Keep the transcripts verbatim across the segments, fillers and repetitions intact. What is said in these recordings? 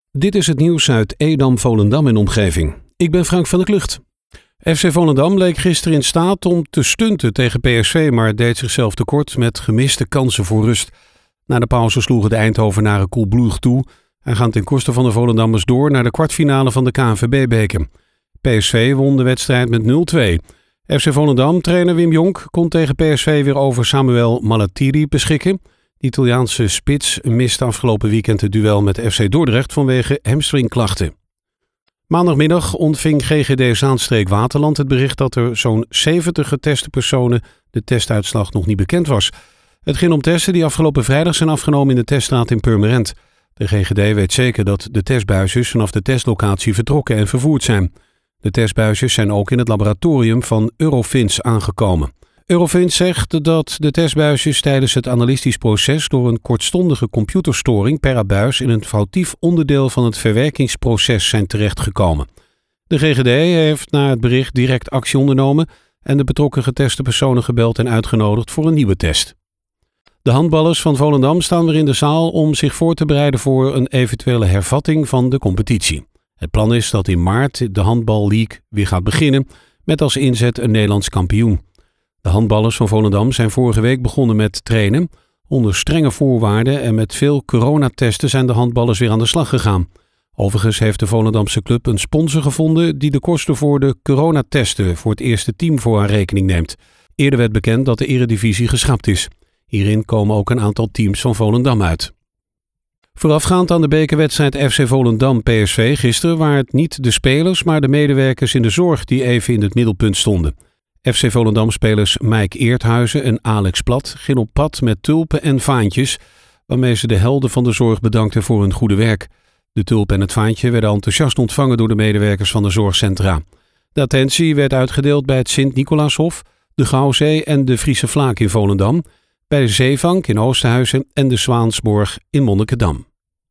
Dit is het nieuws uit Edam, Volendam en omgeving. Ik ben Frank van der Klucht. F C Volendam leek gisteren in staat om te stunten tegen P S V, maar deed zichzelf tekort met gemiste kansen voor rust. Na de pauze sloegen de Eindhovenaren koelbloedig toe en gaan ten koste van de Volendammers door naar de kwartfinale van de K N V B-beker. P S V won de wedstrijd met nul twee. F C Volendam-trainer Wim Jonk kon tegen P S V weer over Samuel Malatiri beschikken. De Italiaanse spits miste afgelopen weekend het duel met F C Dordrecht vanwege hamstringklachten. Maandagmiddag ontving G G D Zaanstreek Waterland het bericht dat er zo'n zeventig geteste personen de testuitslag nog niet bekend was. Het ging om testen die afgelopen vrijdag zijn afgenomen in de teststraat in Purmerend. De G G D weet zeker dat de testbuisjes vanaf de testlocatie vertrokken en vervoerd zijn. De testbuisjes zijn ook in het laboratorium van Eurofins aangekomen. Eurofins zegt dat de testbuisjes tijdens het analytisch proces door een kortstondige computerstoring per abuis in een foutief onderdeel van het verwerkingsproces zijn terechtgekomen. De G G D heeft na het bericht direct actie ondernomen en de betrokken geteste personen gebeld en uitgenodigd voor een nieuwe test. De handballers van Volendam staan weer in de zaal om zich voor te bereiden voor een eventuele hervatting van de competitie. Het plan is dat in maart de Handbal League weer gaat beginnen met als inzet een Nederlands kampioen. De handballers van Volendam zijn vorige week begonnen met trainen. Onder strenge voorwaarden en met veel coronatesten zijn de handballers weer aan de slag gegaan. Overigens heeft de Volendamse club een sponsor gevonden die de kosten voor de coronatesten voor het eerste team voor haar rekening neemt. Eerder werd bekend dat de eredivisie geschrapt is. Hierin komen ook een aantal teams van Volendam uit. Voorafgaand aan de bekerwedstrijd F C Volendam P S V gisteren waren het niet de spelers, maar de medewerkers in de zorg die even in het middelpunt stonden. F C Volendam-spelers Mike Eerthuizen en Alex Plat gingen op pad met tulpen en vaantjes, waarmee ze de helden van de zorg bedankten voor hun goede werk. De tulp en het vaantje werden enthousiast ontvangen door de medewerkers van de zorgcentra. De attentie werd uitgedeeld bij het Sint-Nicolaashof, de Gouwzee en de Friese Vlaak in Volendam, bij de Zeevank in Oosterhuizen en de Zwaansborg in Monnikendam.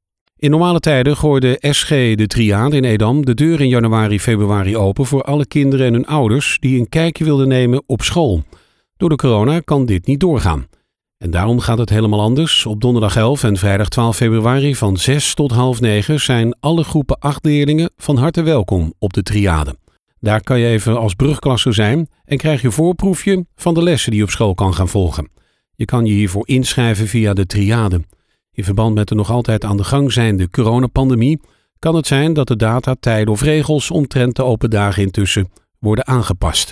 In normale tijden gooide S G de Triade in Edam de deur in januari-februari open voor alle kinderen en hun ouders die een kijkje wilden nemen op school. Door de corona kan dit niet doorgaan. En daarom gaat het helemaal anders. Op donderdag elf en vrijdag twaalf februari van zes tot half negen zijn alle groepen acht leerlingen van harte welkom op de Triade. Daar kan je even als brugklasser zijn en krijg je voorproefje van de lessen die je op school kan gaan volgen. Je kan je hiervoor inschrijven via de Triade. In verband met de nog altijd aan de gang zijnde coronapandemie kan het zijn dat de data, tijden of regels omtrent de open dagen intussen worden aangepast.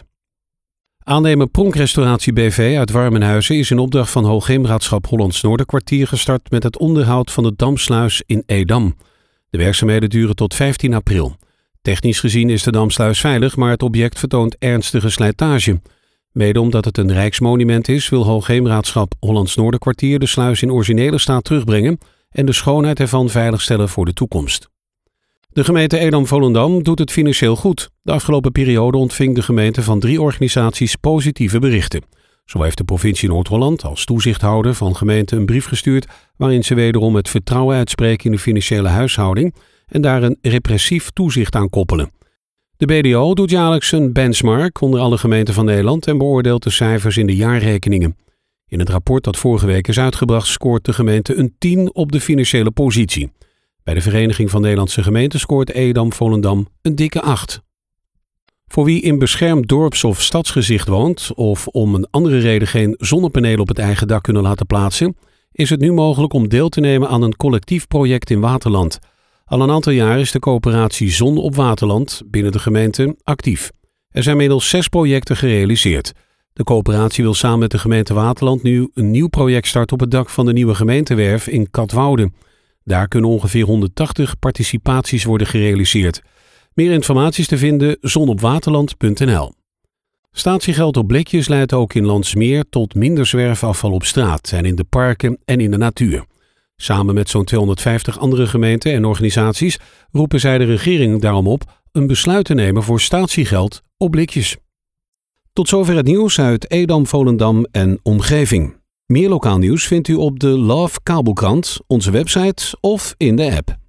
Aannemer Pronkrestauratie B V uit Warmenhuizen is in opdracht van Hoogheemraadschap Hollands Noorderkwartier gestart met het onderhoud van de Damsluis in Edam. De werkzaamheden duren tot vijftien april. Technisch gezien is de Damsluis veilig, maar het object vertoont ernstige slijtage. Mede omdat het een rijksmonument is, wil Hoogheemraadschap Hollands Noorderkwartier de sluis in originele staat terugbrengen en de schoonheid ervan veiligstellen voor de toekomst. De gemeente Edam-Volendam doet het financieel goed. De afgelopen periode ontving de gemeente van drie organisaties positieve berichten. Zo heeft de provincie Noord-Holland als toezichthouder van gemeenten een brief gestuurd waarin ze wederom het vertrouwen uitspreken in de financiële huishouding en daar een repressief toezicht aan koppelen. De B D O doet jaarlijks een benchmark onder alle gemeenten van Nederland en beoordeelt de cijfers in de jaarrekeningen. In het rapport dat vorige week is uitgebracht scoort de gemeente een tien op de financiële positie. Bij de Vereniging van Nederlandse Gemeenten scoort Edam-Volendam een dikke acht. Voor wie in beschermd dorps- of stadsgezicht woont of om een andere reden geen zonnepanelen op het eigen dak kunnen laten plaatsen, is het nu mogelijk om deel te nemen aan een collectief project in Waterland. Al een aantal jaar is de coöperatie Zon op Waterland binnen de gemeente actief. Er zijn inmiddels zes projecten gerealiseerd. De coöperatie wil samen met de gemeente Waterland nu een nieuw project starten op het dak van de nieuwe gemeentewerf in Katwoude. Daar kunnen ongeveer honderdtachtig participaties worden gerealiseerd. Meer informatie is te vinden zonopwaterland punt n l. Statiegeld op blikjes leidt ook in Landsmeer tot minder zwerfafval op straat en in de parken en in de natuur. Samen met zo'n tweehonderdvijftig andere gemeenten en organisaties roepen zij de regering daarom op een besluit te nemen voor statiegeld op blikjes. Tot zover het nieuws uit Edam, Volendam en omgeving. Meer lokaal nieuws vindt u op de Love Kabelkrant, onze website of in de app.